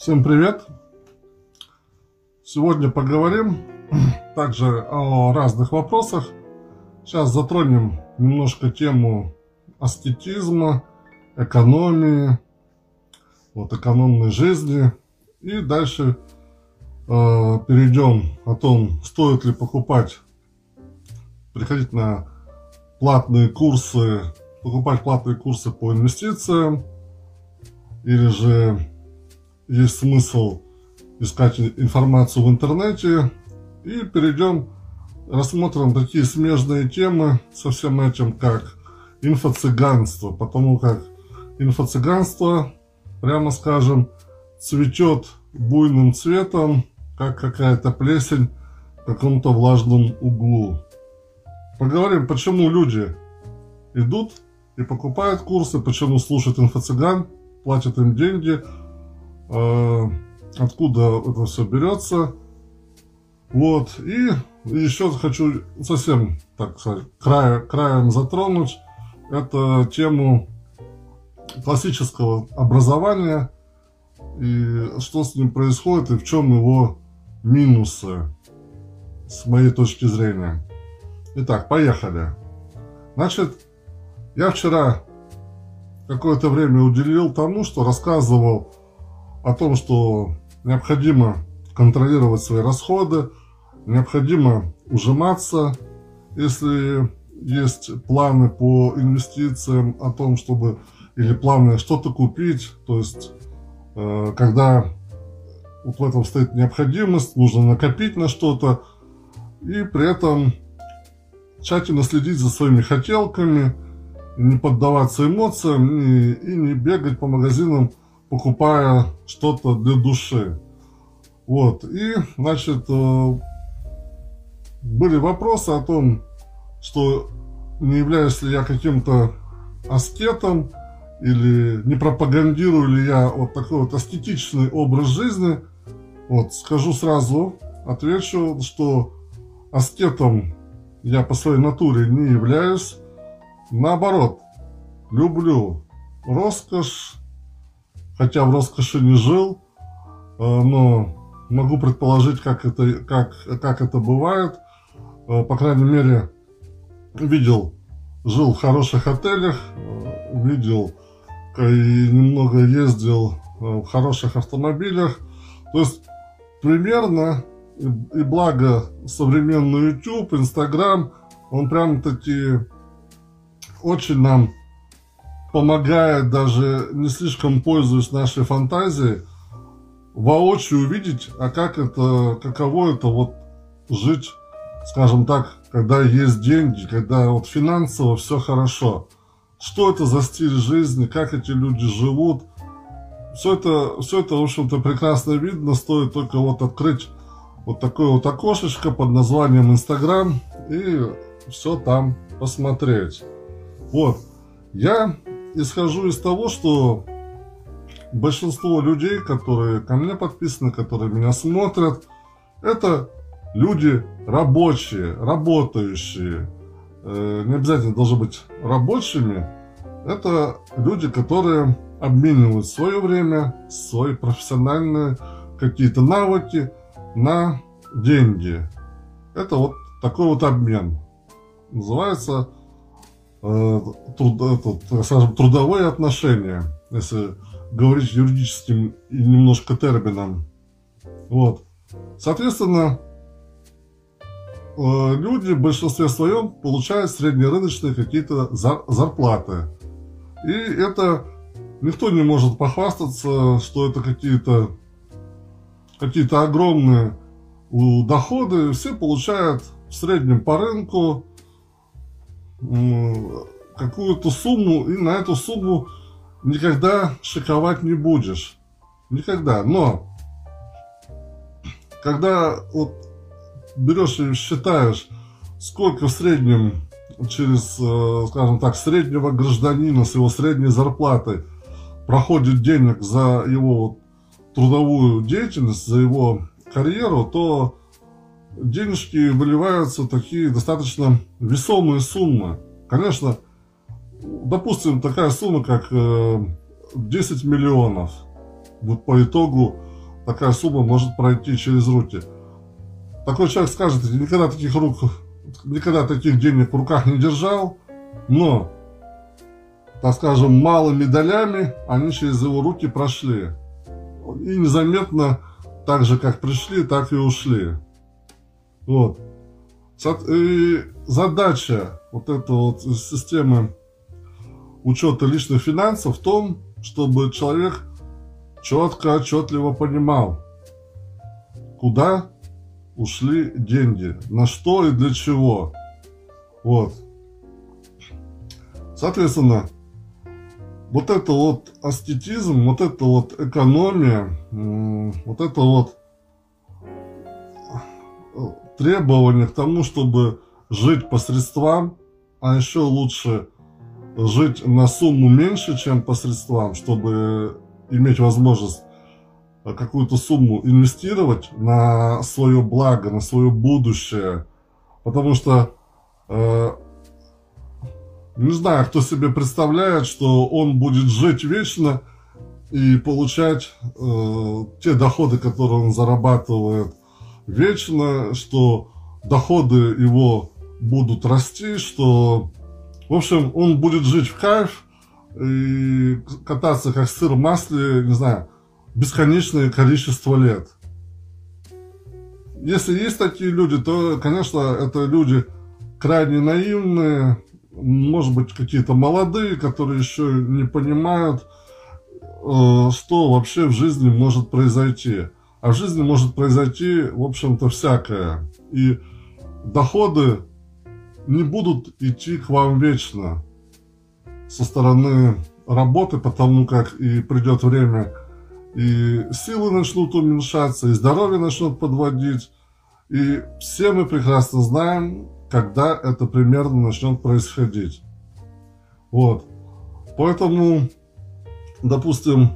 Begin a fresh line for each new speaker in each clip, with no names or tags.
Всем привет! Сегодня поговорим также о разных вопросах. Сейчас затронем немножко тему аскетизма, экономии, экономной жизни. И дальше перейдем о том, стоит ли приходить на платные курсы, покупать платные курсы по инвестициям, или же есть смысл искать информацию в интернете. И рассмотрим такие смежные темы со всем этим, как инфо-цыганство, потому как инфо-цыганство, прямо скажем, цветет буйным цветом, как какая-то плесень в каком-то влажном углу. Поговорим, почему люди идут и покупают курсы, почему слушают инфо-цыган, платят им деньги, откуда это все берется. И еще хочу совсем, так сказать, краем затронуть это тему классического образования и что с ним происходит и в чем его минусы, с моей точки зрения. Итак, поехали. Значит, я вчера какое-то время уделил тому, что рассказывал о том, что необходимо контролировать свои расходы, необходимо ужиматься, если есть планы по инвестициям, о том, или планы что-то купить, то есть когда в этом стоит необходимость, нужно накопить на что-то, и при этом тщательно следить за своими хотелками, не поддаваться эмоциям и не бегать по магазинам, покупая что-то для души. И, значит, были вопросы о том, что не являюсь ли я каким-то аскетом, или не пропагандирую ли я такой аскетичный образ жизни. Скажу сразу, отвечу, что аскетом я по своей натуре не являюсь. Наоборот, люблю роскошь, хотя в роскоши не жил, но могу предположить, как это бывает. По крайней мере, жил в хороших отелях, видел и немного ездил в хороших автомобилях. То есть примерно, и благо современный YouTube, Instagram, он прям-таки очень нам помогает, даже не слишком пользуясь нашей фантазией, воочию увидеть, каково это жить, скажем так, когда есть деньги, когда финансово все хорошо. Что это за стиль жизни, как эти люди живут. Все это, в общем-то, прекрасно видно, стоит только открыть такое окошечко под названием Instagram и все там посмотреть. Я исхожу из того, что большинство людей, которые ко мне подписаны, которые меня смотрят, это люди рабочие, работающие. Не обязательно должны быть рабочими. Это люди, которые обменивают свое время, свои профессиональные какие-то навыки на деньги. Это такой обмен. Называется трудовые отношения, если говорить юридическим и немножко термином. Соответственно, люди в большинстве своем получают среднерыночные какие-то зарплаты. И это никто не может похвастаться, что это какие-то огромные доходы. Все получают в среднем по рынку какую-то сумму, и на эту сумму никогда шиковать не будешь. Никогда. Но когда берешь и считаешь, сколько в среднем через, скажем так, среднего гражданина с его средней зарплатой проходит денег за его трудовую деятельность, за его карьеру, то денежки выливаются такие достаточно весомые суммы. Конечно, допустим, такая сумма, как 10 миллионов. По итогу такая сумма может пройти через руки. Такой человек скажет: никогда таких денег в руках не держал, но, так скажем, малыми долями они через его руки прошли. И незаметно, так же как пришли, так и ушли. Вот. И задача вот этой вот системы учета личных финансов в том, чтобы человек четко, отчетливо понимал, куда ушли деньги, на что и для чего. Вот. Соответственно, вот это вот аскетизм, вот это вот экономия, вот это вот требование к тому, чтобы жить по средствам, а еще лучше жить на сумму меньше, чем по средствам, чтобы иметь возможность какую-то сумму инвестировать на свое благо, на свое будущее. Потому что не знаю, кто себе представляет, что он будет жить вечно и получать те доходы, которые он зарабатывает вечно, что доходы его будут расти, что, в общем, он будет жить в кайф и кататься как сыр в масле, не знаю, бесконечное количество лет. Если есть такие люди, то, конечно, это люди крайне наивные, может быть, какие-то молодые, которые еще не понимают, что вообще в жизни может произойти. А в жизни может произойти, в общем-то, всякое. И доходы не будут идти к вам вечно со стороны работы, потому как и придет время, и силы начнут уменьшаться, и здоровье начнут подводить. И все мы прекрасно знаем, когда это примерно начнет происходить. Вот. Поэтому, допустим,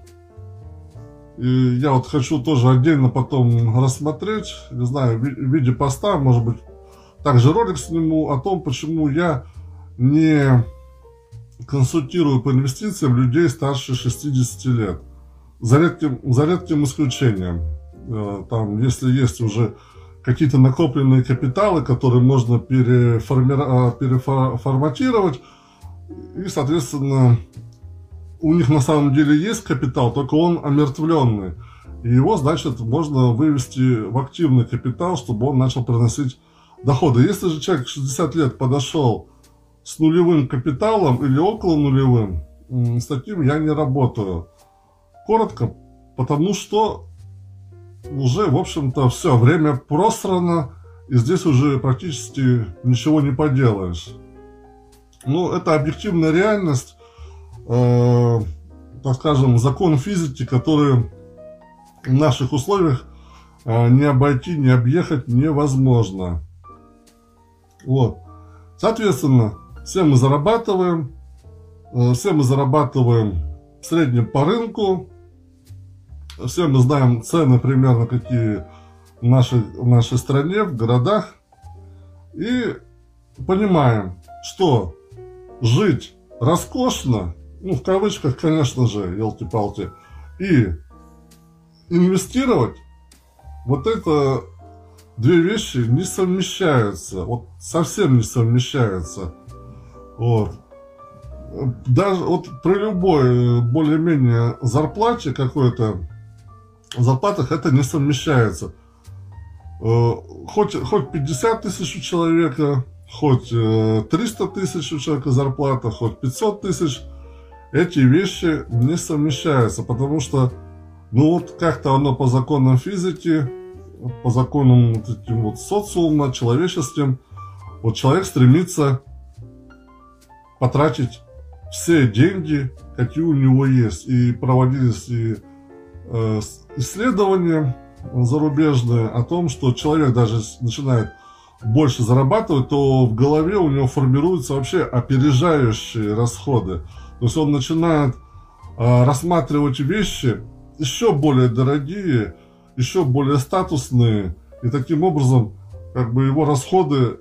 я вот хочу тоже отдельно потом рассмотреть, не знаю, в виде поста, может быть, также ролик сниму о том, почему я не консультирую по инвестициям людей старше 60 лет. За редким исключением. Там, если есть уже какие-то накопленные капиталы, которые можно переформатировать, и, соответственно, у них на самом деле есть капитал, только он омертвленный. И его, значит, можно вывести в активный капитал, чтобы он начал приносить доходы. Если же человек 60 лет подошел с нулевым капиталом или около нулевым, с таким я не работаю. Коротко, потому что уже, в общем-то, все, время просрано, и здесь уже практически ничего не поделаешь. Ну, это объективная реальность, так скажем, закон физики, который в наших условиях не обойти, не объехать невозможно. Вот. Соответственно, все мы зарабатываем в среднем по рынку. Все мы знаем цены примерно какие в нашей стране, в городах. И понимаем, что жить роскошно, ну, в кавычках, конечно же, елки-палки, и инвестировать, вот это две вещи не совмещаются, вот совсем не совмещаются. Вот. Даже вот при любой более-менее зарплате какой-то, зарплатах это не совмещается. Хоть 50 тысяч у человека, хоть 300 тысяч у человека зарплата, хоть 500 тысяч, эти вещи не совмещаются, потому что, ну вот как-то оно по законам физики, по законам вот этим вот социума, человеческим, вот человек стремится потратить все деньги, какие у него есть. И проводились и исследования зарубежные о том, что человек даже начинает больше зарабатывать, то в голове у него формируются вообще опережающие расходы. То есть он начинает рассматривать вещи еще более дорогие, еще более статусные, и таким образом как бы его расходы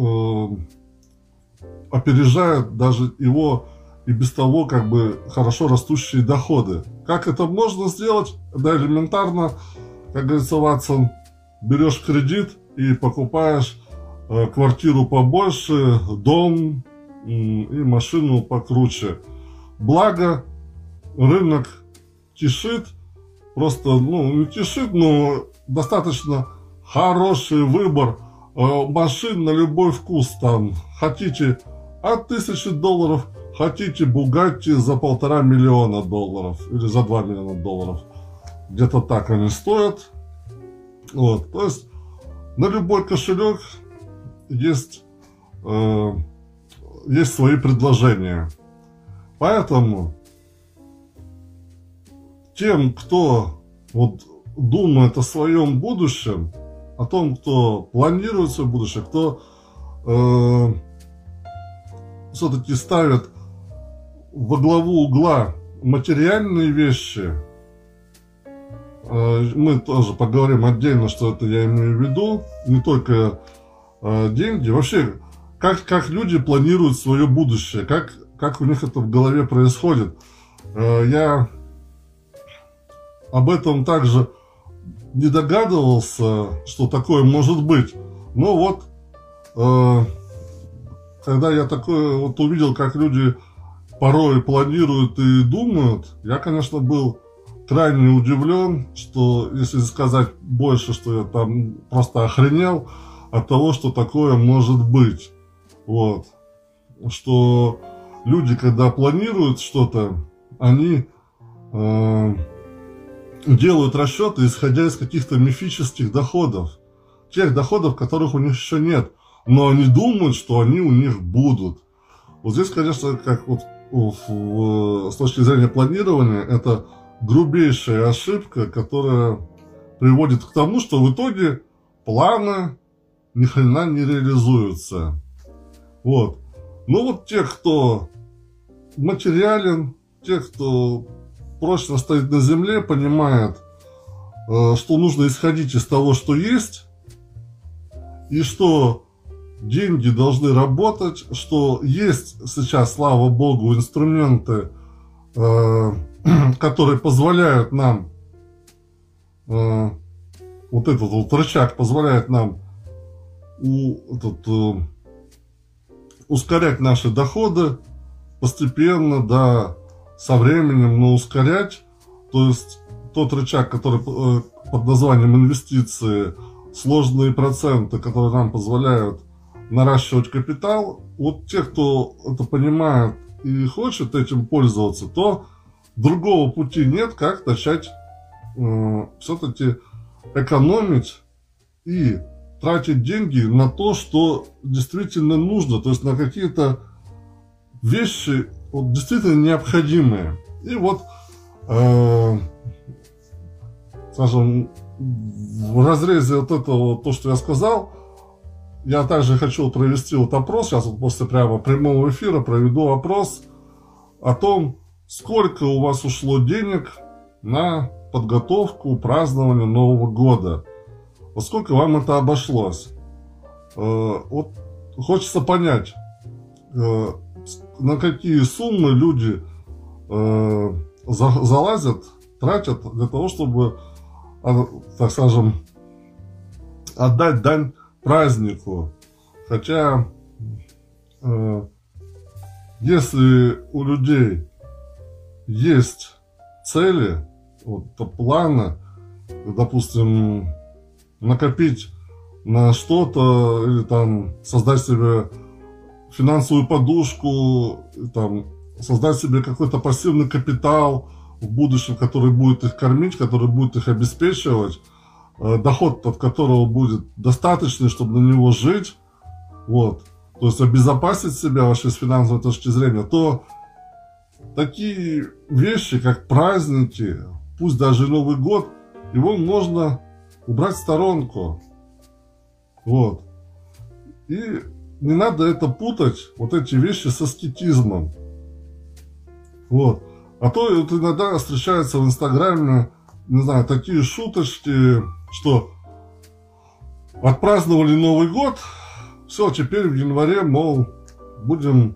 опережают даже его и без того как бы хорошо растущие доходы. Как это можно сделать? Да, элементарно. как говорится, Ватсон, берешь кредит и покупаешь квартиру побольше, дом и машину покруче. Благо, рынок кишит, просто, ну, не кишит, но достаточно хороший выбор машин на любой вкус. Там хотите от $1000, хотите Бугатти за $1,5 миллиона или за $2 миллиона. Где-то так они стоят. Вот, то есть на любой кошелек есть свои предложения. Поэтому тем, кто вот думает о своем будущем, о том, кто планирует свое будущее, кто все-таки ставит во главу угла материальные вещи, мы тоже поговорим отдельно, что это я имею в виду, не только деньги, вообще, как люди планируют свое будущее, как у них это в голове происходит. Я об этом также не догадывался, что такое может быть. Но вот, когда я такое вот увидел, как люди порой планируют и думают, я, конечно, был крайне удивлен, что, если сказать больше, что я там просто охренел от того, что такое может быть. Вот. Что люди, когда планируют что-то, они делают расчеты, исходя из каких-то мифических доходов. Тех доходов, которых у них еще нет. Но они думают, что они у них будут. Вот здесь, конечно, как вот с точки зрения планирования, это грубейшая ошибка, которая приводит к тому, что в итоге планы ни хрена не реализуются. Вот. Ну вот те, кто материален, те, кто прочно стоит на земле, понимает, что нужно исходить из того, что есть, и что деньги должны работать, что есть сейчас, слава богу, инструменты, которые позволяют нам, вот этот вот рычаг позволяет нам ускорять наши доходы постепенно, да, со временем, но ускорять. То есть тот рычаг, который под названием инвестиции, сложные проценты, которые нам позволяют наращивать капитал, вот те, кто это понимает и хочет этим пользоваться, то другого пути нет, как начать все-таки экономить и тратить деньги на то, что действительно нужно, то есть на какие-то вещи вот, действительно необходимые. И вот, скажем, в разрезе вот этого, то, что я сказал, я также хочу провести вот опрос, сейчас вот после прямо прямого эфира проведу опрос о том, сколько у вас ушло денег на подготовку празднования Нового года. Во сколько вам это обошлось? Вот хочется понять, на какие суммы люди залазят, тратят для того, чтобы, так скажем, отдать дань празднику. Хотя, если у людей есть цели, вот, планы, допустим, накопить на что-то или там создать себе финансовую подушку, там, создать себе какой-то пассивный капитал в будущем, который будет их кормить, который будет их обеспечивать, доход от которого будет достаточный, чтобы на него жить, вот, то есть обезопасить себя вообще с финансовой точки зрения, то такие вещи, как праздники, пусть даже и Новый год, его можно убрать в сторонку. Вот. И не надо это путать, вот эти вещи, с аскетизмом. Вот. А то вот иногда встречаются в Инстаграме, не знаю, такие шуточки, что отпраздновали Новый год, все, теперь в январе, мол, будем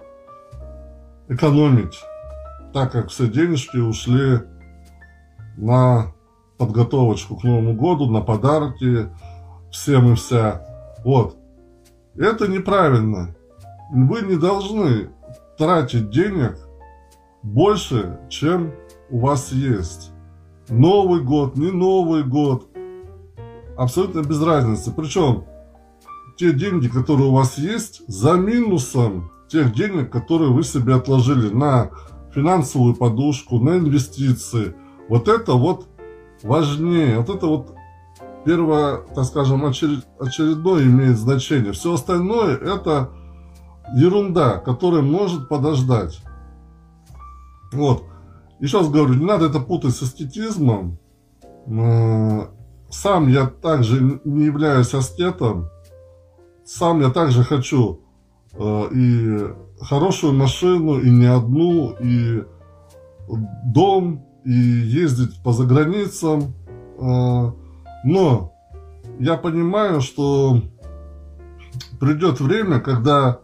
экономить, так как все денежки ушли на подготовочку к Новому году, на подарки всем и вся. Вот. Это неправильно. Вы не должны тратить денег больше, чем у вас есть. Новый год, не Новый год. Абсолютно без разницы. Причем те деньги, которые у вас есть, за минусом тех денег, которые вы себе отложили на финансовую подушку, на инвестиции. Вот это вот важнее. Вот это вот первое, так скажем, очередное имеет значение. Все остальное это ерунда, которая может подождать. Вот. Еще раз говорю, не надо это путать с аскетизмом. Сам я также не являюсь аскетом. Сам я также хочу и хорошую машину, и не одну, и дом, и ездить по заграницам. Но я понимаю, что придет время, когда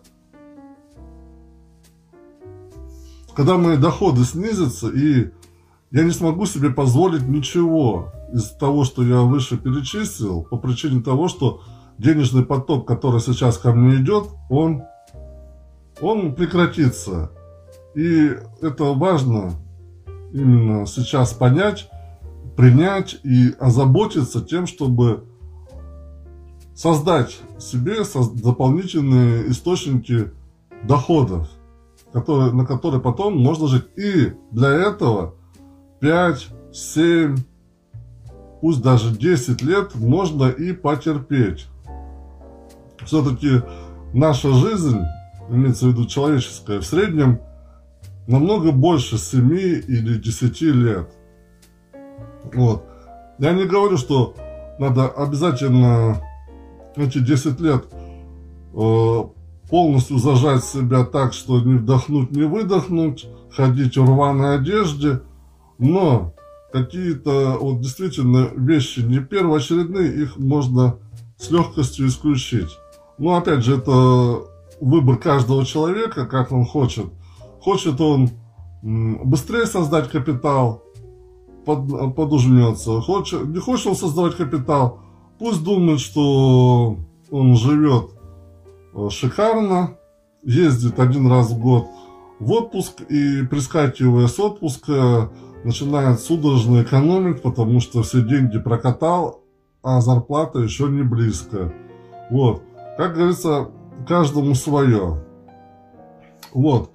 мои доходы снизятся, и я не смогу себе позволить ничего из того, что я выше перечислил, по причине того, что денежный поток, который сейчас ко мне идет, он прекратится. И это важно именно сейчас понять, принять и озаботиться тем, чтобы создать себе дополнительные источники доходов, на которые потом можно жить. И для этого 5, 7, пусть даже 10 лет можно и потерпеть. Все-таки наша жизнь, имеется в виду человеческая, в среднем намного больше 7 или 10 лет. Вот. Я не говорю, что надо обязательно эти 10 лет полностью зажать себя так, что не вдохнуть, не выдохнуть, ходить в рваной одежде, но какие-то вот действительно вещи не первоочередные, их можно с легкостью исключить. Но опять же, это выбор каждого человека, как он хочет. Хочет он быстрее создать капитал, подужмется. Не хочет он создавать капитал, пусть думает, что он живет шикарно, ездит один раз в год в отпуск и, прискакивая с отпуска, начинает судорожно экономить, потому что все деньги прокатал, а зарплата еще не близко. Вот. Как говорится, каждому свое. Вот.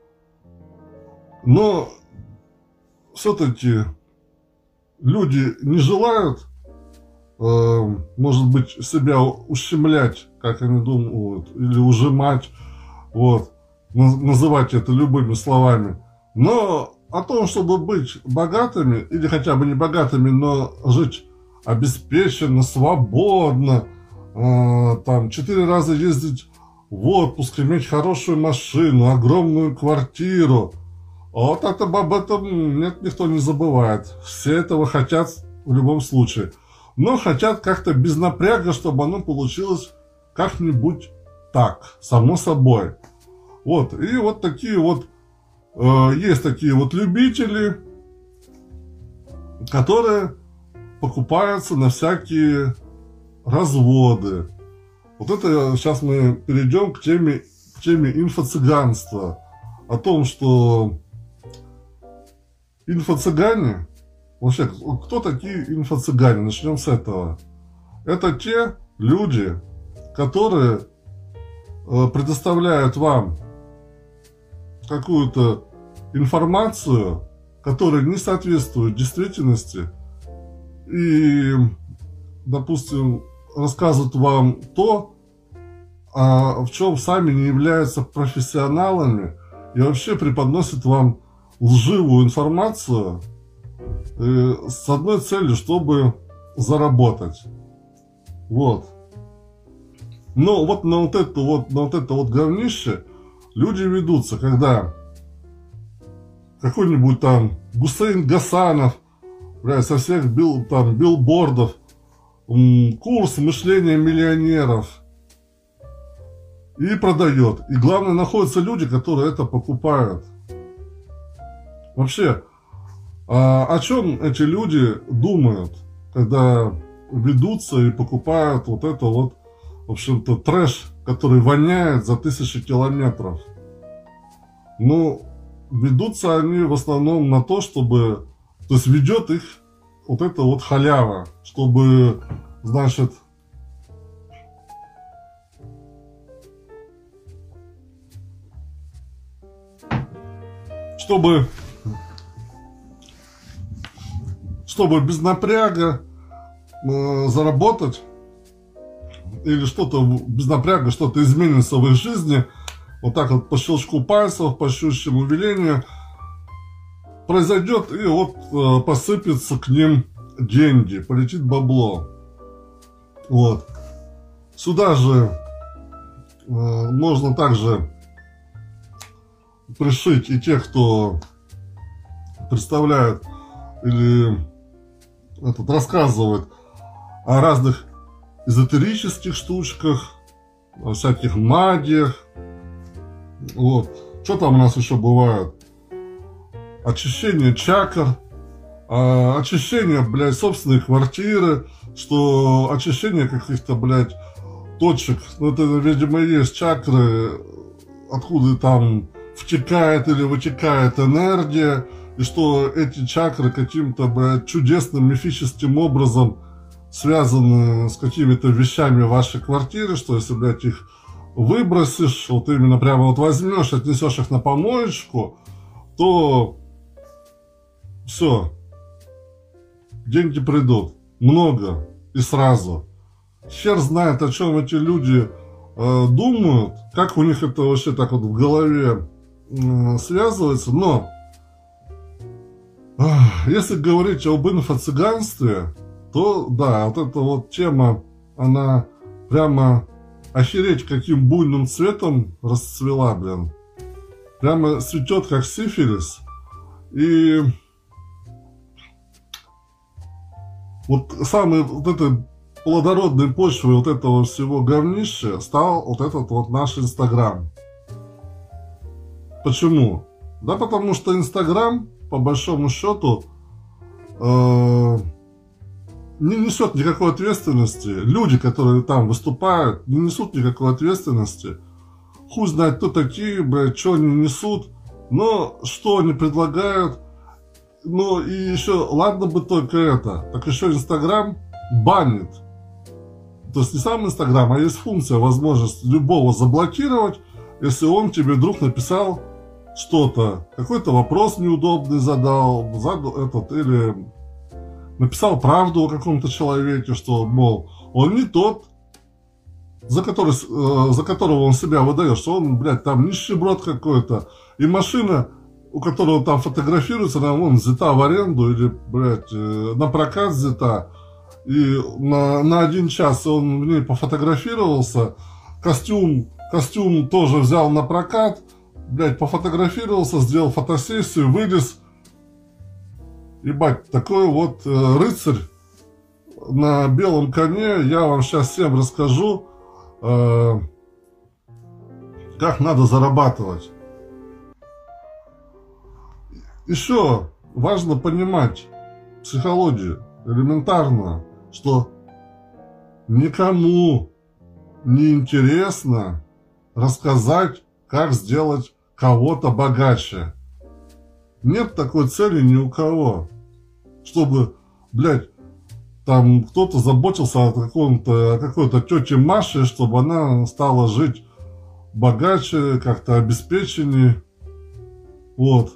Но все-таки люди не желают, может быть, себя ущемлять, как они думают, или ужимать, вот, называть это любыми словами. Но о том, чтобы быть богатыми, или хотя бы не богатыми, но жить обеспеченно, свободно, там 4 раза ездить в отпуск, иметь хорошую машину, огромную квартиру. Вот это, об этом никто не забывает. Все этого хотят в любом случае. Но хотят как-то без напряга, чтобы оно получилось как-нибудь так, само собой. Вот. И вот такие вот, есть такие вот любители, которые покупаются на всякие разводы. Вот это сейчас мы перейдем к теме инфо-цыганства. О том, что инфо-цыгане, вообще, кто такие инфо-цыгане? Начнем с этого. Это те люди, которые предоставляют вам какую-то информацию, которая не соответствует действительности, и, допустим, рассказывают вам то, в чем сами не являются профессионалами, и вообще преподносят вам лживую информацию с одной целью, чтобы заработать. Вот. Но вот на вот это говнище люди ведутся, когда какой-нибудь там Гусейн Гасанов, со всех билбордов, курс мышления миллионеров, и продает. И главное, находятся люди, которые это покупают. Вообще, О чем эти люди думают, когда ведутся и покупают вот это вот, в общем-то, трэш, который воняет за 1000 километров? Ну, ведутся они в основном на то, чтобы... То есть ведет их вот эта вот халява, чтобы, значит... Чтобы без напряга заработать или что-то без напряга, что-то изменится в их жизни, вот так вот по щелчку пальцев, по щучьему велению произойдет, и вот посыпется к ним деньги, полетит бабло. Вот. Сюда же можно также пришить и тех, кто представляет или рассказывает о разных эзотерических штучках, о всяких магиях. Вот. Что там у нас еще бывает? Очищение чакр, очищение, блядь, собственной квартиры, что очищение каких-то, блядь, точек. Ну, это, видимо, и есть чакры, откуда там втекает или вытекает энергия, и что эти чакры каким-то, блядь, чудесным, мифическим образом связаны с какими-то вещами в вашей квартире, что если, блядь, их выбросишь, вот именно прямо вот возьмешь, отнесешь их на помоечку, то все, деньги придут, много и сразу. Хер знает, о чем эти люди думают, как у них это вообще так вот в голове связывается, но если говорить об инфо-цыганстве, то да, вот эта вот тема, она прямо охереть каким буйным цветом расцвела, блин. Прямо цветет как сифилис. И вот самой вот этой плодородной почвой вот этого всего говнища стал вот этот вот наш Инстаграм. Почему? Да потому что Инстаграм, по большому счету, не несет никакой ответственности. Люди, которые там выступают, не несут никакой ответственности. Хуй знает, кто такие, блядь, что они несут, но что они предлагают. Ну и еще, ладно бы только это, так еще Инстаграм банит. То есть не сам Инстаграм, а есть функция, возможность любого заблокировать, если он тебе вдруг написал что-то, какой-то вопрос неудобный задал или написал правду о каком-то человеке, что, мол, он не тот, за которого он себя выдает, что он, блядь, там нищеброд какой-то, и машина, у которого там фотографируется, она вон взята в аренду или, блядь, на прокат взята, и на 1 час он в ней пофотографировался, костюм тоже взял на прокат, блядь, пофотографировался, сделал фотосессию, вылез. Ебать, такой вот рыцарь на белом коне. Я вам сейчас всем расскажу, как надо зарабатывать. Еще важно понимать психологию элементарную, что никому не интересно рассказать, как сделать кого-то богаче. Нет такой цели ни у кого, чтобы, блядь, там кто-то заботился о какой-то тете Маше, чтобы она стала жить богаче, как-то обеспеченнее. Вот.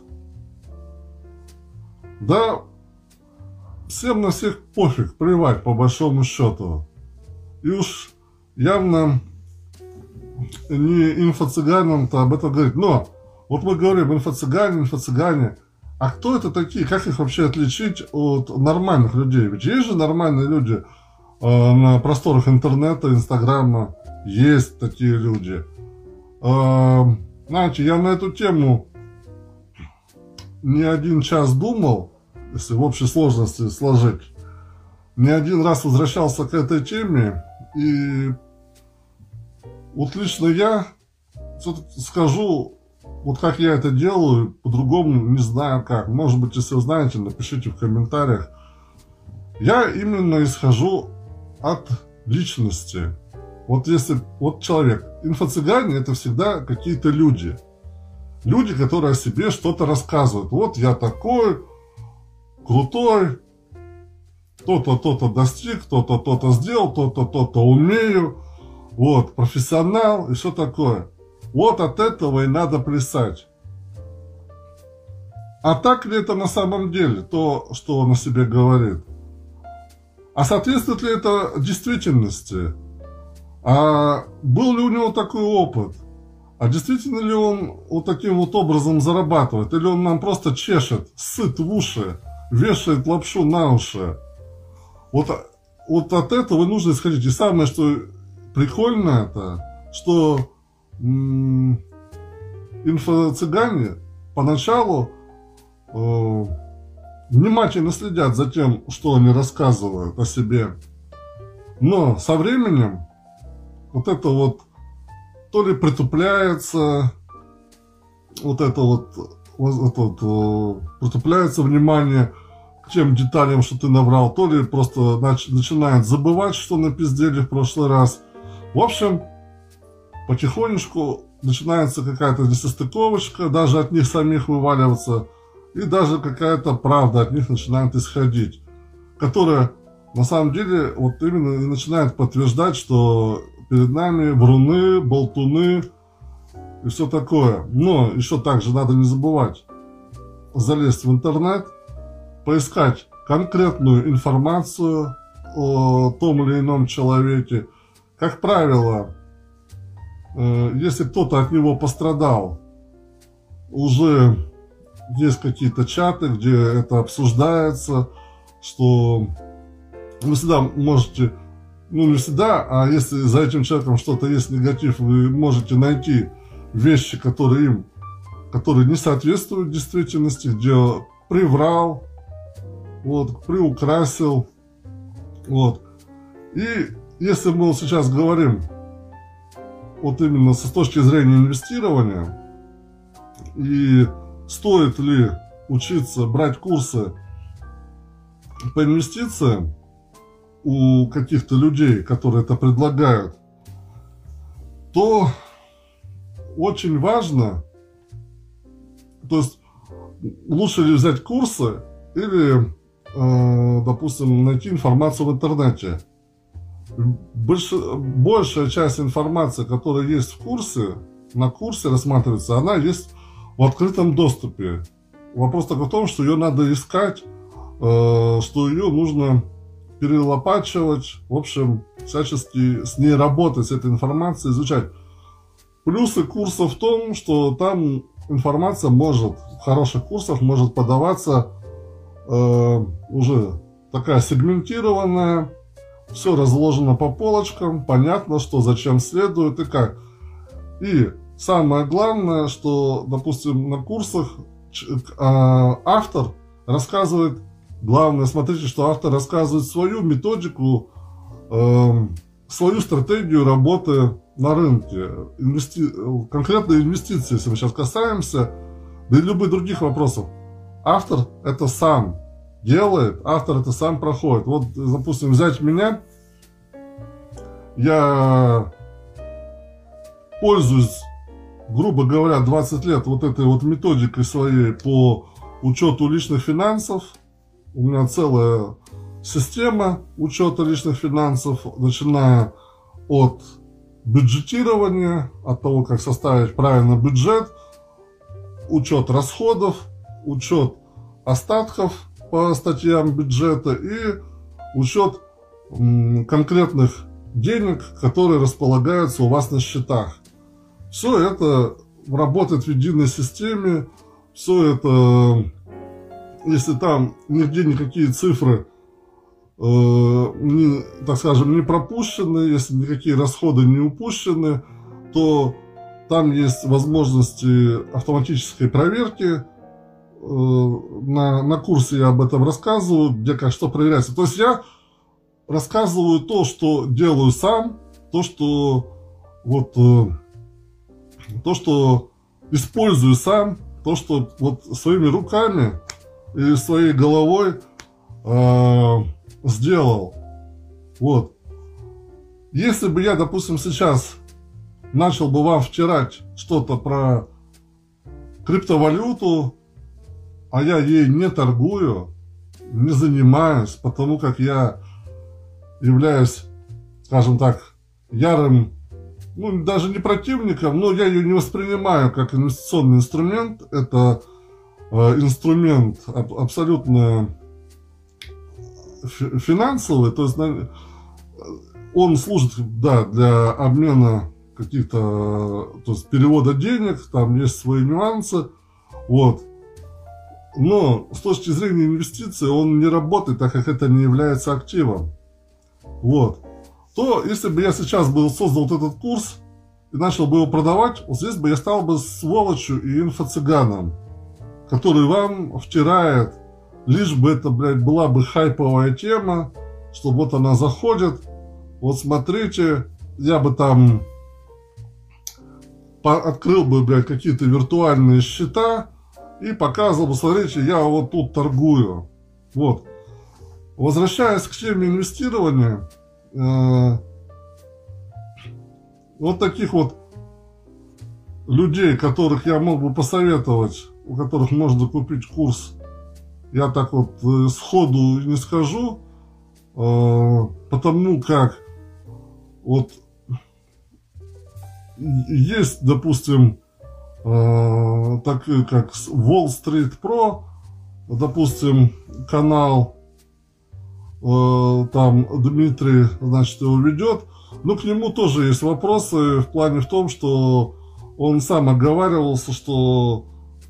Да, всем на всех пофиг, плевать, по большому счету. И уж явно не инфо-цыганам-то об этом говорить. Но вот мы говорим инфо-цыгане. А кто это такие? Как их вообще отличить от нормальных людей? Ведь есть же нормальные люди на просторах интернета, инстаграма. Есть такие люди. Знаете, я на эту тему не 1 час думал, если в общей сложности сложить. Не 1 раз возвращался к этой теме. И вот лично я скажу вот как я это делаю, по-другому не знаю как. Может быть, если вы знаете, напишите в комментариях. Я именно исхожу от личности. Вот если вот человек, инфо-цыгане — это всегда какие-то люди. Люди, которые о себе что-то рассказывают. Вот я такой крутой, то-то, то-то достиг, то-то, то-то сделал, то-то, то-то умею. Вот, профессионал и все такое. Вот от этого и надо плясать. А так ли это на самом деле, то, что он о себе говорит? А соответствует ли это действительности? А был ли у него такой опыт? А действительно ли он вот таким вот образом зарабатывает? Или он нам просто чешет, сыт в уши, вешает лапшу на уши? Вот от этого нужно исходить. И самое, что прикольно, это, что инфо-цыгане поначалу внимательно следят за тем, что они рассказывают о себе. Но со временем вот это вот то ли притупляется, притупляется внимание к тем деталям, что ты набрал, то ли просто начинает забывать, что напиздели в прошлый раз. В общем, потихонечку начинается какая-то несостыковочка, даже от них самих вываливаться, и даже какая-то правда от них начинает исходить, которая на самом деле вот именно и начинает подтверждать, что перед нами вруны, болтуны и все такое. Но еще также надо не забывать залезть в интернет, поискать конкретную информацию о том или ином человеке. Как правило, если кто-то от него пострадал, уже есть какие-то чаты, где это обсуждается, что вы всегда можете, ну не всегда, а если за этим человеком что-то есть негатив, вы можете найти вещи, которые не соответствуют действительности, где приврал, вот, приукрасил, вот. И если мы сейчас говорим вот именно с точки зрения инвестирования, и стоит ли учиться брать курсы по инвестициям у каких-то людей, которые это предлагают, то очень важно, то есть лучше ли взять курсы или, допустим, найти информацию в интернете. Большая часть информации, которая есть в курсе, на курсе рассматривается, она есть в открытом доступе. Вопрос только в том, что ее надо искать, что ее нужно перелопачивать, в общем, всячески с ней работать, с этой информацией, изучать. Плюсы курса в том, что там информация может, в хороших курсах может подаваться уже такая сегментированная, все разложено по полочкам, понятно, что зачем следует и как. И самое главное, что, допустим, на курсах автор рассказывает, главное, смотрите, что автор рассказывает свою методику, свою стратегию работы на рынке, конкретные инвестиции, если мы сейчас касаемся, да и любых других вопросов. Автор это сам делает, автор это сам проходит. Вот, допустим, взять меня, я пользуюсь, грубо говоря, 20 лет вот этой вот методикой своей по учету личных финансов. У меня целая система учета личных финансов, начиная от бюджетирования, от того, как составить правильно бюджет, учет расходов, учет остатков по статьям бюджета и учет конкретных денег, которые располагаются у вас на счетах. Все это работает в единой системе, все это, если там нигде никакие цифры, так скажем, не пропущены, если никакие расходы не упущены, то там есть возможности автоматической проверки. На курсе я об этом рассказываю, где как что проверяется. То есть я рассказываю то, что делаю сам, то, что вот то, что использую сам то, что вот своими руками и своей головой сделал. Вот. Если бы я, допустим, сейчас начал бы вам втирать что-то про криптовалюту, а я ей не торгую, не занимаюсь, потому как я являюсь, скажем так, ярым, ну, даже не противником, но я ее не воспринимаю как инвестиционный инструмент. Это инструмент абсолютно финансовый, то есть он служит, да, для обмена каких-то, то есть перевода денег, там есть свои нюансы, вот. Но с точки зрения инвестиций он не работает, так как это не является активом. Вот. То, если бы я сейчас бы создал вот этот курс и начал бы его продавать, вот здесь бы я стал бы сволочью и инфо-цыганом, который вам втирает, лишь бы это, блядь, была бы хайповая тема, что вот она заходит, вот смотрите, я бы там открыл бы, блядь, какие-то виртуальные счета и показывал бы, смотрите, я вот тут торгую. Вот. Возвращаясь к теме инвестирования, вот таких вот людей, которых я мог бы посоветовать, у которых можно купить курс, я так вот сходу не скажу, потому как вот есть, допустим, такие как Wall Street Pro, допустим, канал, там Дмитрий, значит, его ведет, но к нему тоже есть вопросы в плане в том, что он сам оговаривался, что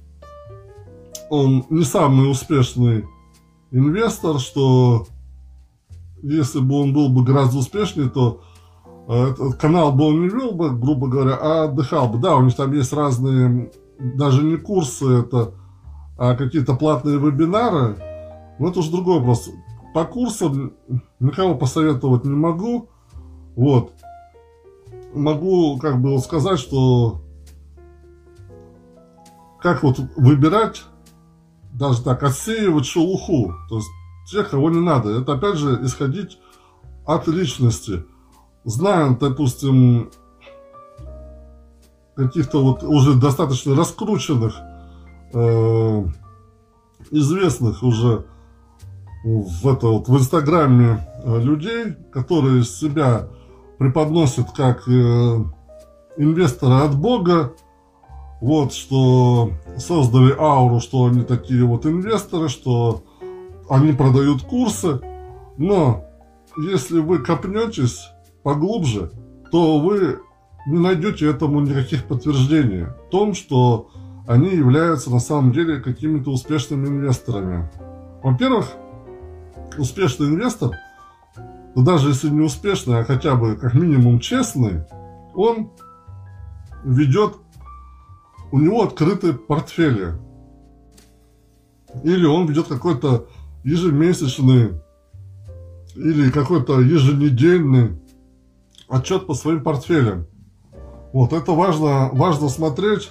он не самый успешный инвестор, что если бы он был бы гораздо успешнее, то этот канал бы он не вел бы, грубо говоря, а отдыхал бы. Да, у них там есть разные, даже не курсы, это, а какие-то платные вебинары, но это уже другой вопрос. По курсам никого посоветовать не могу. Вот. Могу как бы вот сказать, что как вот выбирать, даже так, отсеивать шелуху. То есть тех, кого не надо. Это опять же исходить от личности. Знаю, допустим, каких-то вот уже достаточно раскрученных, известных уже в Инстаграме людей, которые себя преподносят как инвесторы от Бога, вот, что создали ауру, что они такие вот инвесторы, что они продают курсы, но если вы копнетесь поглубже, то вы не найдете этому никаких подтверждений в том, что они являются на самом деле какими-то успешными инвесторами. Во-первых, успешный инвестор, ну, даже если не успешный, а хотя бы как минимум честный, он ведет, у него открыты портфели. Или он ведет какой-то ежемесячный или какой-то еженедельный отчет по своим портфелям. Вот, это важно смотреть.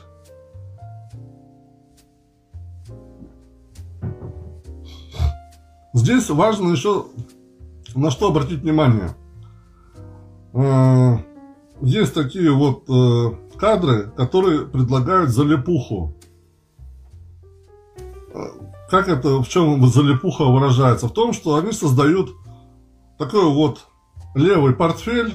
Здесь важно еще на что обратить внимание. Есть такие вот кадры, которые предлагают залипуху. Как это, в чем залипуха выражается? В том, что они создают такой вот левый портфель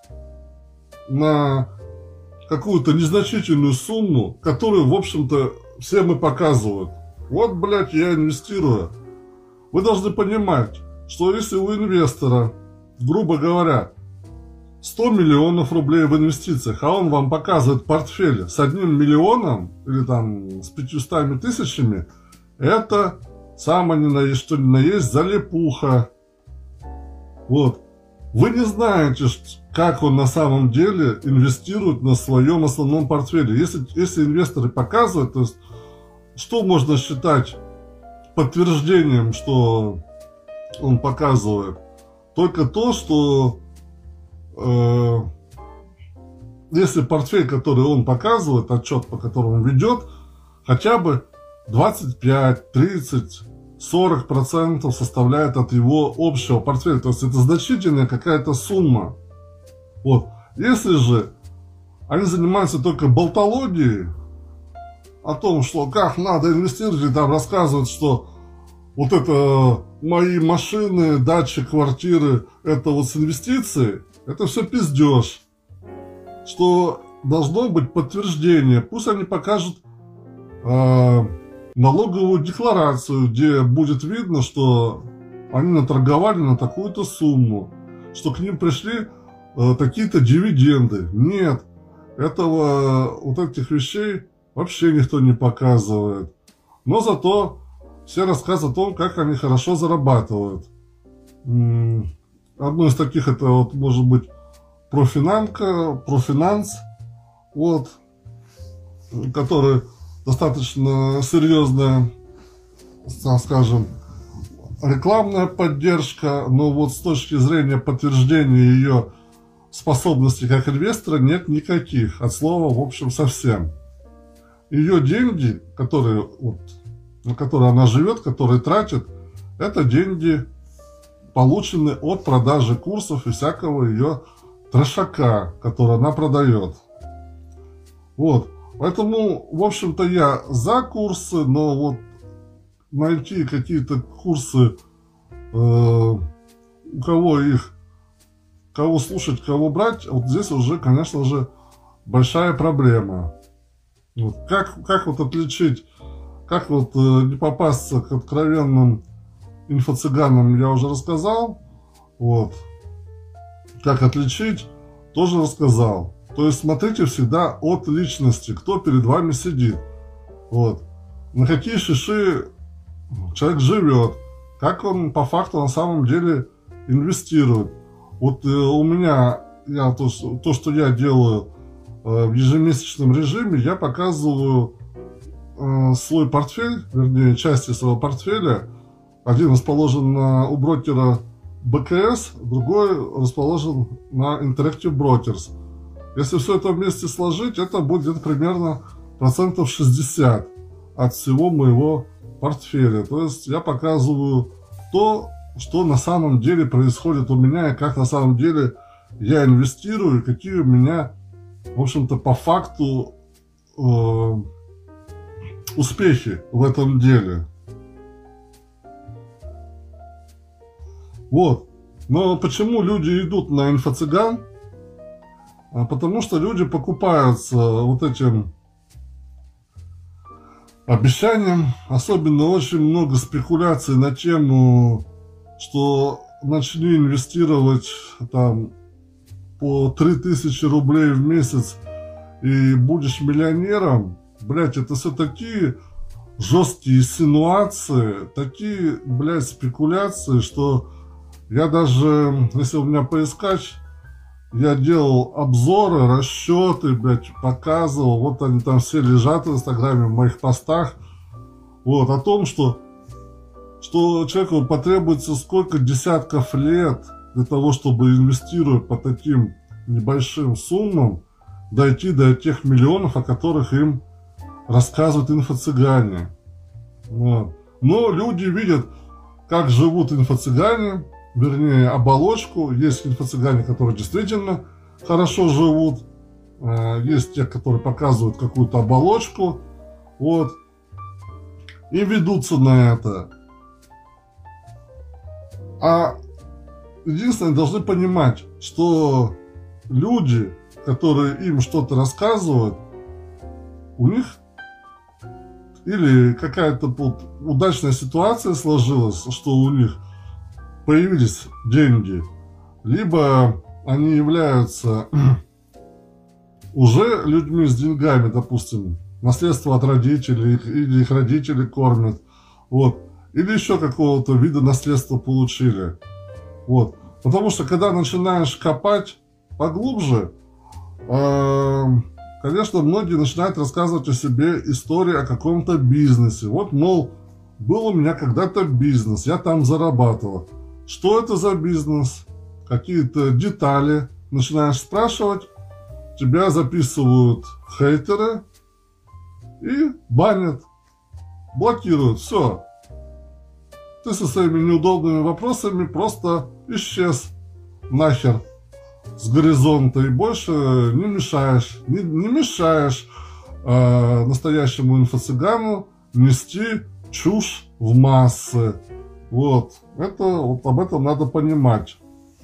на какую-то незначительную сумму, которую, в общем-то, всем и показывают. Вот, блядь, я инвестирую. Вы должны понимать, что если у инвестора, грубо говоря, 100 миллионов рублей в инвестициях, а он вам показывает портфель с 1 миллионом или там с 500 тысячами, это самое ни на есть, что ни на есть залипуха. Вот. Вы не знаете, как он на самом деле инвестирует на своем основном портфеле. Если инвесторы показывают, то есть, что можно считать подтверждением, что он показывает? Только то, что если портфель, который он показывает, отчет, по которому ведет, хотя бы 25, 30, 40% составляет от его общего портфеля. То есть это значительная какая-то сумма. Вот. Если же они занимаются только болтологией о том, что как надо инвестировать, и там рассказывают, что вот это мои машины, дачи, квартиры, это вот с инвестицией, это все пиздеж. Что должно быть подтверждение. Пусть они покажут налоговую декларацию, где будет видно, что они наторговали на такую-то сумму, что к ним пришли такие-то дивиденды. Нет, вот этих вещей вообще никто не показывает. Но зато все рассказывают о том, как они хорошо зарабатывают. Одно из таких это вот может быть Профинанс, вот, который достаточно серьезная, скажем, рекламная поддержка, но вот с точки зрения подтверждения ее способностей как инвестора нет никаких, от слова, в общем, совсем. Ее деньги, на которые она живет, которые тратит, это деньги, полученные от продажи курсов и всякого ее трешака, который она продает. Вот. Поэтому, в общем-то, я за курсы, но вот найти какие-то курсы, у кого слушать, кого брать, вот здесь уже, конечно же, большая проблема. Вот. Как вот отличить, как вот не попасться к откровенным инфо-цыганам, я уже рассказал. Вот. Как отличить, тоже рассказал. То есть смотрите всегда от личности, кто перед вами сидит. Вот. На какие шиши человек живет, как он по факту на самом деле инвестирует. Вот у меня, то, что я делаю в ежемесячном режиме, я показываю свой портфель, вернее, части своего портфеля. Один расположен у брокера БКС, другой расположен на Interactive Brokers. Если все это вместе сложить, это будет где-то примерно 60% от всего моего портфеля. То есть я показываю то, что на самом деле происходит у меня, и как на самом деле я инвестирую, и какие у меня, в общем-то, по факту успехи в этом деле. Вот. Но почему люди идут на инфо-цыган? Потому что люди покупаются вот этим обещанием. Особенно очень много спекуляций на тему, что начни инвестировать там по 3000 рублей в месяц и будешь миллионером. Блять, это все такие жесткие инсинуации, такие, блядь, спекуляции, что я даже, если у меня поискать, я делал обзоры, расчеты, блядь, показывал, вот они там все лежат в Инстаграме, в моих постах, вот, о том, что человеку потребуется сколько десятков лет для того, чтобы, инвестируя по таким небольшим суммам, дойти до тех миллионов, о которых им рассказывают инфо-цыгане. Вот. Но люди видят, как живут инфо-цыгане, вернее, оболочку. Есть инфо-цыгане, которые действительно хорошо живут. Есть те, которые показывают какую-то оболочку. Вот. И ведутся на это. А единственное, должны понимать, что люди, которые им что-то рассказывают, у них или какая-то удачная ситуация сложилась, что у них появились деньги, либо они являются уже людьми с деньгами, допустим, наследство от родителей, или их родители кормят, вот, или еще какого-то вида наследства получили, вот, потому что когда начинаешь копать поглубже, конечно, многие начинают рассказывать о себе истории о каком-то бизнесе. Вот, мол, был у меня когда-то бизнес, я там зарабатывал. Что это за бизнес? Какие-то детали начинаешь спрашивать. тебя записывают хейтеры и банят, блокируют, все. Ты со своими неудобными вопросами просто исчез нахер с горизонта и больше не мешаешь, не мешаешь настоящему инфо-цыгану нести чушь в массы. Вот об этом надо понимать.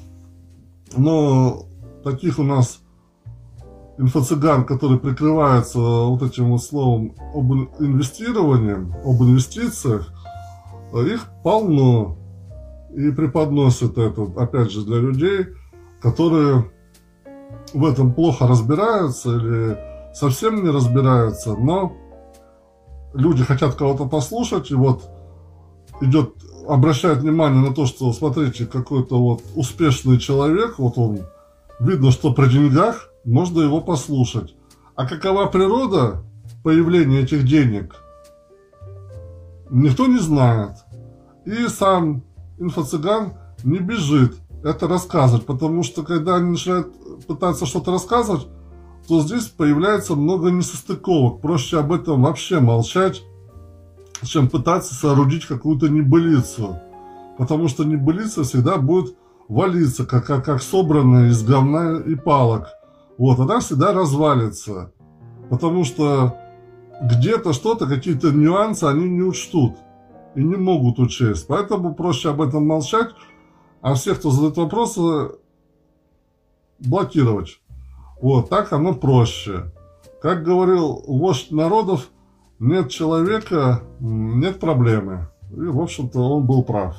Но таких у нас инфо-цыган, которые прикрываются вот этим вот словом об инвестировании, об инвестициях, их полно. И преподносят это, опять же, для людей, которые в этом плохо разбираются или совсем не разбираются, но люди хотят кого-то послушать, и вот обращают внимание на то, что, смотрите, какой-то вот успешный человек, вот он, видно, что при деньгах, можно его послушать. А какова природа появления этих денег, никто не знает. И сам инфо-цыган не бежит это рассказывать, потому что когда они начинают пытаться что-то рассказывать, то здесь появляется много несостыковок. Проще об этом вообще молчать, чем пытаться соорудить какую-то небылицу. Потому что небылица всегда будет валиться, как собранная из говна и палок. Вот, она всегда развалится. Потому что где-то что-то, какие-то нюансы они не учтут. И не могут учесть. Поэтому проще об этом молчать, а всех, кто задает вопросы, блокировать. Вот, так оно проще. Как говорил вождь народов, нет человека, нет проблемы. И, в общем-то, он был прав.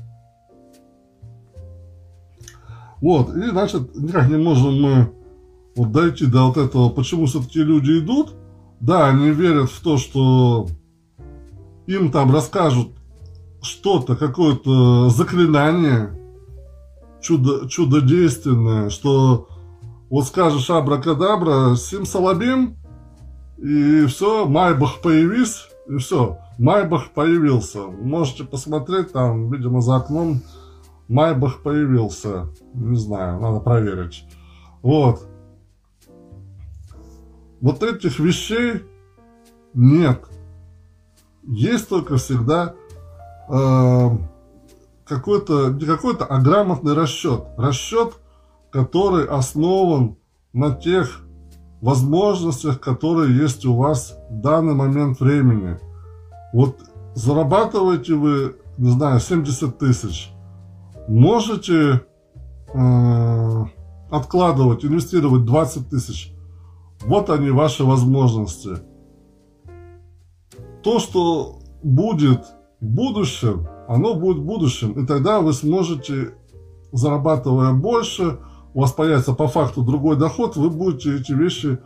Вот, и, значит, никак не можем мы вот дойти до вот этого, почему все-таки люди идут. Да, они верят в то, что им там расскажут что-то, какое-то заклинание чудодейственное, что вот скажешь абракадабра, симсалабим, и все, Майбах появись, и все, Майбах появился. Можете посмотреть, там, видимо, за окном Майбах появился. Не знаю, надо проверить. Вот. Вот этих вещей нет. Есть только всегда какой-то грамотный расчет. Расчет, который основан на тех возможностях, которые есть у вас в данный момент времени. Вот зарабатываете вы, не знаю, 70 тысяч. Можете откладывать, инвестировать 20 тысяч. Вот они, ваши возможности. То, что будет в будущем, оно будет в будущем. И тогда вы сможете, зарабатывая больше, у вас появится по факту другой доход, вы будете эти вещи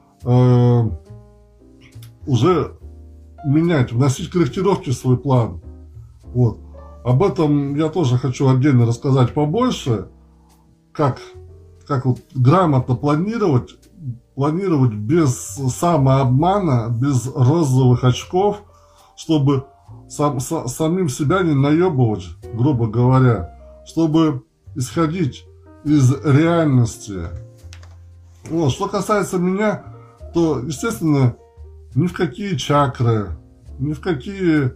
уже менять, вносить корректировки в свой план. Вот. Об этом я тоже хочу отдельно рассказать побольше, как вот грамотно планировать без самообмана, без розовых очков, чтобы самим себя не наебывать, грубо говоря, чтобы исходить из реальности. Вот. Что касается меня, то, естественно, ни в какие чакры, ни в какие,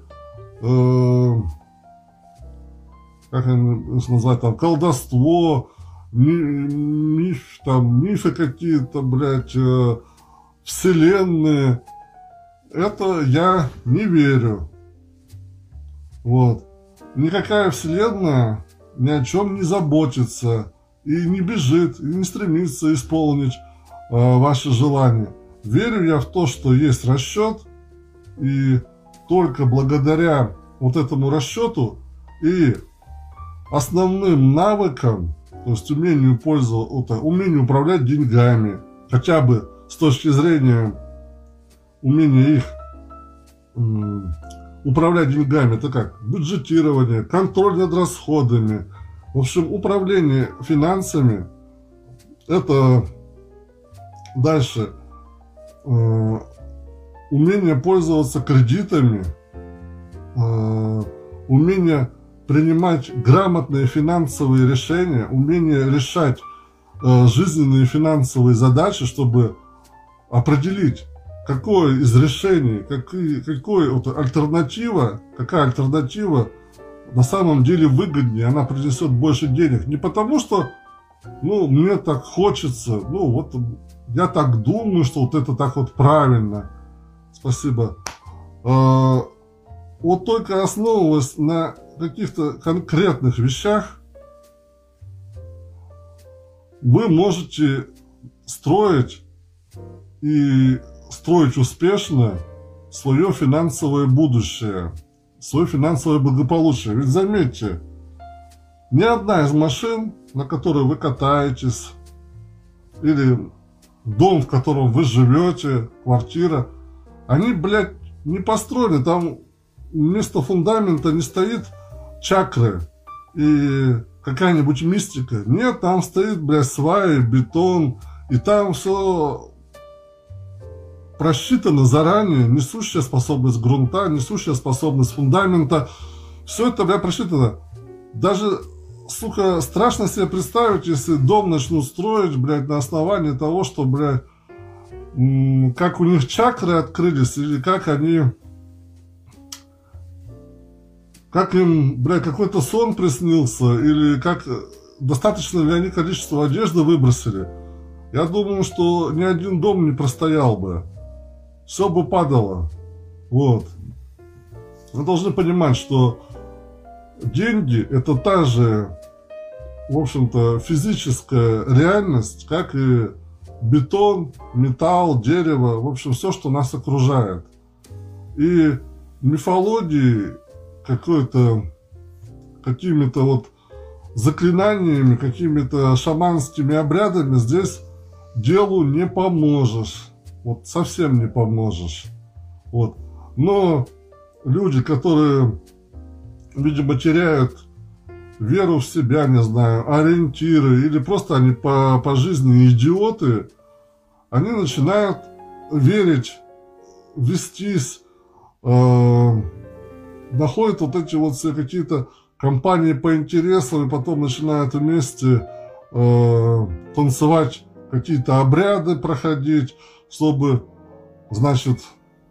как это назвать, там, колдовство, мифы какие-то, блядь, вселенные, это я не верю. Вот. Никакая вселенная ни о чем не заботится и не бежит, и не стремится исполнить ваши желания. Верю я в то, что есть расчет, и только благодаря вот этому расчету и основным навыкам, то есть умению управлять деньгами, хотя бы с точки зрения умения их управлять деньгами, это как бюджетирование, контроль над расходами, в общем, управление финансами, это дальше умение пользоваться кредитами, умение принимать грамотные финансовые решения, умение решать жизненные финансовые задачи, чтобы определить, какое из решений, какая альтернатива на самом деле выгоднее, она принесет больше денег. Не потому что, ну, мне так хочется, ну, вот я так думаю, что вот это так вот правильно. Спасибо. Вот только основываясь на каких-то конкретных вещах, вы можете строить и строить успешно свое финансовое будущее, свое финансовое благополучие. Ведь заметьте, ни одна из машин, на которой вы катаетесь, или дом, в котором вы живете, квартира, они, блядь, не построены, там вместо фундамента не стоит чакры и какая-нибудь мистика. Нет, там стоит, блядь, сваи, бетон, и там все просчитано заранее, несущая способность грунта, несущая способность фундамента. Все это, блядь, просчитано. Даже, сука, страшно себе представить, если дом начнут строить, блядь, на основании того, что, блядь, как у них чакры открылись, или как им, блядь, какой-то сон приснился, или как достаточно ли они количество одежды выбросили. Я думаю, что ни один дом не простоял бы. Все бы падало. Вот. Вы должны понимать, что деньги — это та же, в общем-то, физическая реальность, как и бетон, металл, дерево, в общем, все, что нас окружает. И мифологии какими-то вот заклинаниями, какими-то шаманскими обрядами здесь делу не поможешь. Вот совсем не поможешь. Вот. Но люди, которые, видимо, теряют веру в себя, не знаю, ориентиры, или просто они по жизни идиоты, они начинают верить, вестись, находят вот эти вот все какие-то компании по интересам, и потом начинают вместе танцевать, какие-то обряды проходить, чтобы, значит,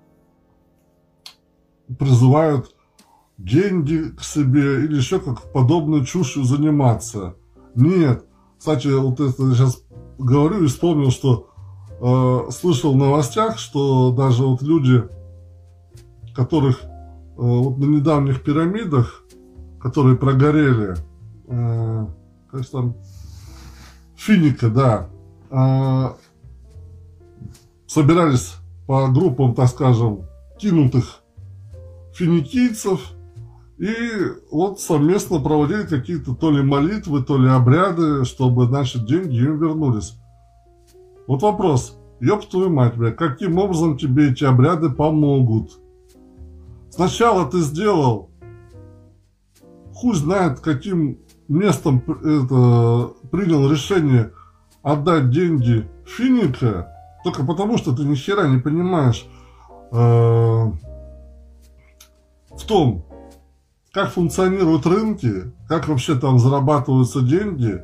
призывают деньги к себе или еще как подобной чушью заниматься. Нет. Кстати, вот это я сейчас говорю и вспомнил, что слышал в новостях, что даже вот люди, которых вот на недавних пирамидах, которые прогорели, как там, Финика, да, собирались по группам, так скажем, кинутых финикийцев, и вот совместно проводили какие-то то ли молитвы, то ли обряды, чтобы, значит, деньги им вернулись. Вот вопрос, ёб твою мать, бля, каким образом тебе эти обряды помогут? Сначала ты сделал, хуй знает, каким местом принял решение отдать деньги Финика, только потому, что ты ни хера не понимаешь в том, как функционируют рынки, как вообще там зарабатываются деньги.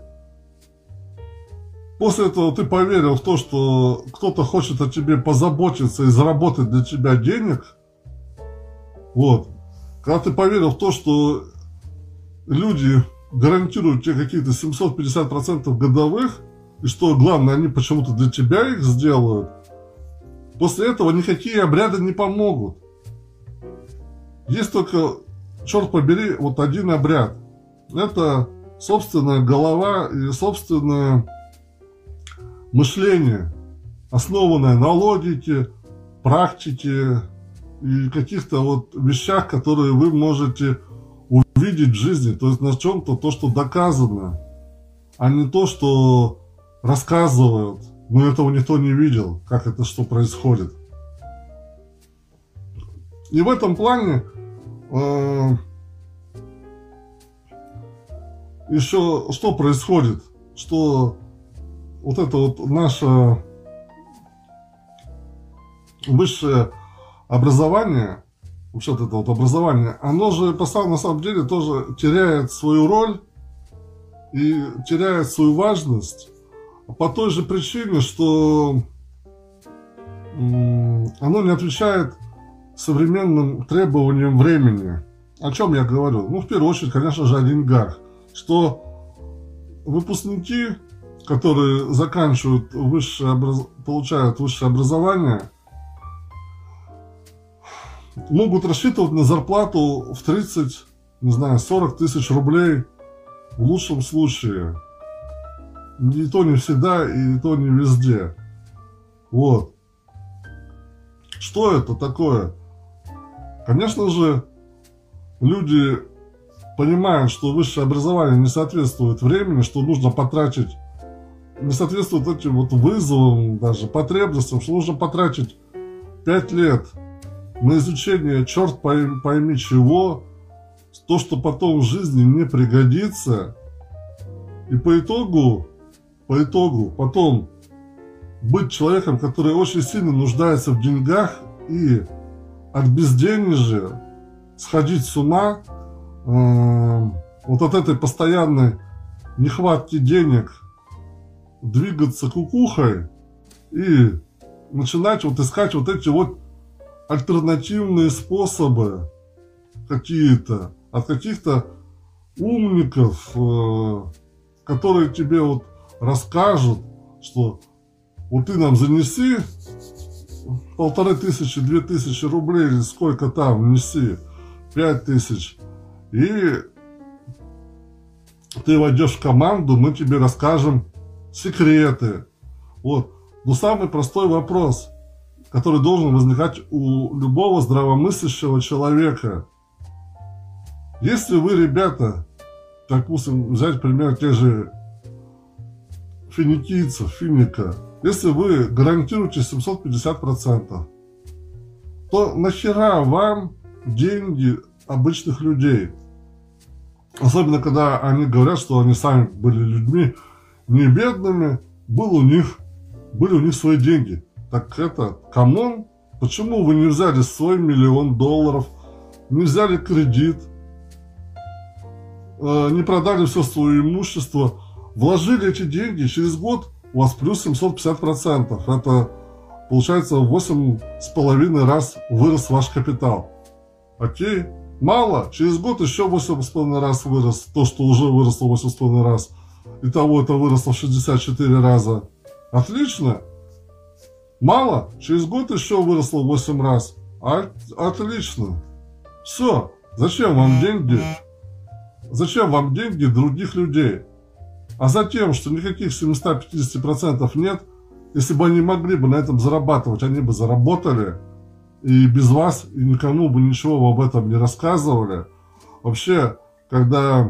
После этого ты поверил в то, что кто-то хочет о тебе позаботиться и заработать для тебя денег. Вот. Когда ты поверил в то, что люди гарантируют тебе какие-то 750% годовых, и что главное, они почему-то для тебя их сделают, после этого никакие обряды не помогут. Есть только, черт побери, вот один обряд. Это собственная голова и собственное мышление, основанное на логике, практике и каких-то вот вещах, которые вы можете увидеть в жизни. То есть на чем-то, то, что доказано, а не то, что рассказывают, но этого никто не видел, как это что происходит. И в этом плане еще что происходит, что вот это вот наше высшее образование, вообще вот это вот образование, оно же на самом деле тоже теряет свою роль и теряет свою важность по той же причине, что оно не отвечает современным требованиям времени. О чем я говорю? Ну, в первую очередь, конечно же, о деньгах. Что выпускники, которые заканчивают получают высшее образование, могут рассчитывать на зарплату в 30, не знаю, 40 тысяч рублей в лучшем случае. И то не всегда, и то не везде. Вот. Что это такое? Конечно же, люди понимают, что высшее образование не соответствует времени, что нужно потратить, не соответствует этим вот вызовам, даже потребностям, что нужно потратить 5 лет на изучение черт пойми чего, то, что потом в жизни не пригодится, и по итогу потом быть человеком, который очень сильно нуждается в деньгах и от безденежья сходить с ума, вот от этой постоянной нехватки денег двигаться кукухой и начинать вот искать вот эти вот альтернативные способы какие-то от каких-то умников, которые тебе вот расскажут, что вот ты нам занеси 1500-2000 рублей или сколько там неси, 5000, и ты войдешь в команду, мы тебе расскажем секреты. Вот. Но самый простой вопрос, который должен возникать у любого здравомыслящего человека. Если вы, ребята, допустим, взять пример тех же финикийцев, финика, если вы гарантируете 750%, то нахера вам деньги обычных людей? Особенно, когда они говорят, что они сами были людьми не бедными, были у них свои деньги. Так это, камон, почему вы не взяли свой $1 миллион, не взяли кредит, не продали все свое имущество, вложили эти деньги, через год у вас плюс 750%. Это получается в 8,5 раз вырос ваш капитал. Окей? Мало? Через год еще 8,5 раз вырос. То, что уже выросло 8,5 раз. Итого это выросло в 64 раза. Отлично? Мало? Через год еще выросло 8 раз. Отлично. Все. Зачем вам деньги? Зачем вам деньги других людей? А затем, что никаких 750% нет, если бы они могли бы на этом зарабатывать, они бы заработали, и без вас, и никому бы ничего об этом не рассказывали. Вообще, когда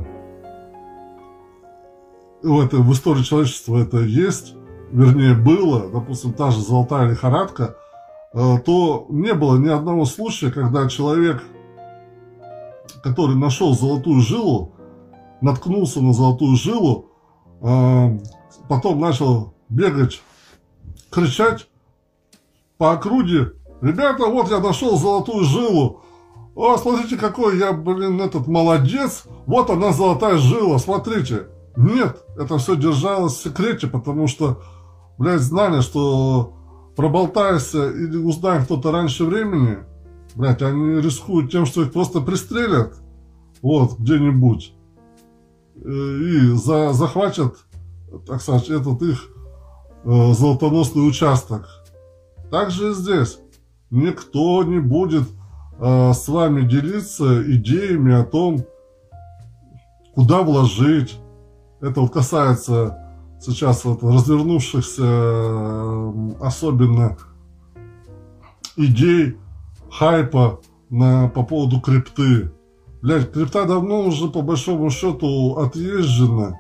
в истории человечества это есть, вернее было, допустим, та же золотая лихорадка, то не было ни одного случая, когда человек, который нашел золотую жилу, наткнулся на золотую жилу, потом начал бегать, кричать по округе: ребята, вот я нашел золотую жилу, о, смотрите, какой я, этот молодец, вот она золотая жила, смотрите. Нет, это все держалось в секрете, потому что, знали, что проболтаешься или узнает кто-то раньше времени, они рискуют тем, что их просто пристрелят, вот, где-нибудь, и захватят, так сказать, этот их золотоносный участок. Так же и здесь. Никто не будет с вами делиться идеями о том, куда вложить. Это вот касается сейчас развернувшихся особенно идей, хайпа по поводу крипты. Крипта давно уже по большому счету отъезжена.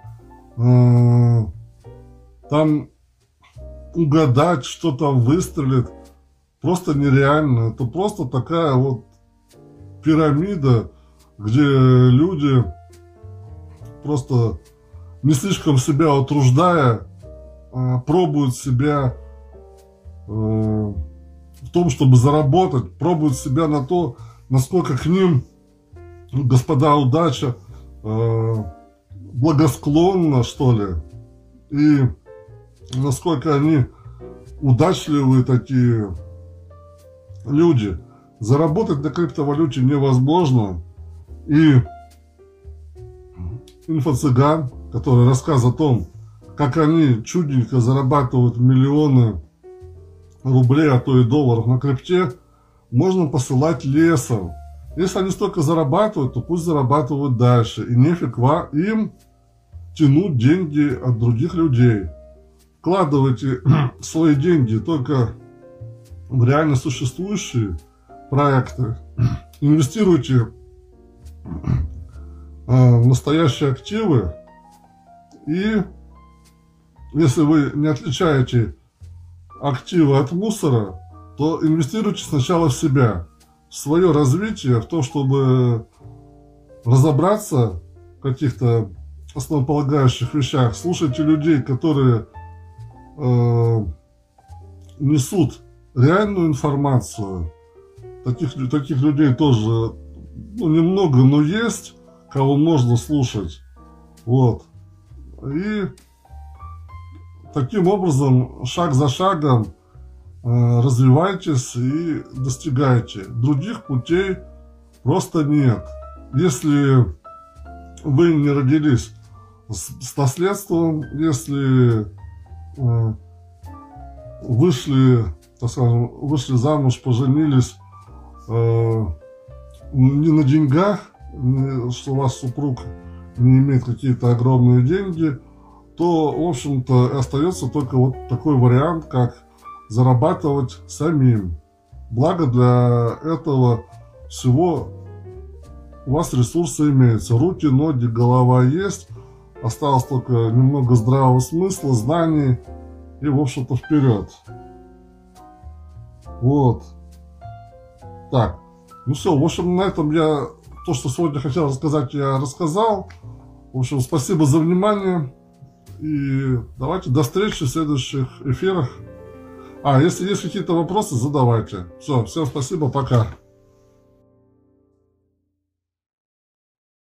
Там угадать, что там выстрелит, просто нереально. Это просто такая вот пирамида, где люди, просто не слишком себя утруждая, пробуют себя в том, чтобы заработать, пробуют себя на то, насколько к ним господа удача благосклонна, что ли. И насколько они удачливые такие люди. Заработать на криптовалюте невозможно. И инфо-цыган, который рассказывает о том, как они чудненько зарабатывают миллионы рублей, а то и долларов на крипте, можно посылать лесом. Если они столько зарабатывают, то пусть зарабатывают дальше. И нефиг им тянуть деньги от других людей. Вкладывайте свои деньги только в реально существующие проекты. Инвестируйте в настоящие активы. И если вы не отличаете активы от мусора, то инвестируйте сначала в себя, в свое развитие, в то, чтобы разобраться в каких-то основополагающих вещах. Слушайте людей, которые несут реальную информацию. Таких людей тоже немного, но есть, кого можно слушать. Вот. И таким образом, шаг за шагом развивайтесь и достигайте. Других путей просто нет. Если вы не родились с наследством, если вышли, так скажем, вышли замуж, поженились не на деньгах, что у вас супруг не имеет какие-то огромные деньги, то, в общем-то, остается только вот такой вариант, как зарабатывать самим. Благо для этого всего у вас ресурсы имеются. Руки, ноги, голова есть. Осталось только немного здравого смысла, знаний и, в общем-то, вперед. Вот. Так. Ну все, в общем, на этом я то, что сегодня хотел рассказать, я рассказал. В общем, спасибо за внимание. И давайте до встречи в следующих эфирах. Если есть какие-то вопросы, задавайте. Все, всем спасибо, пока.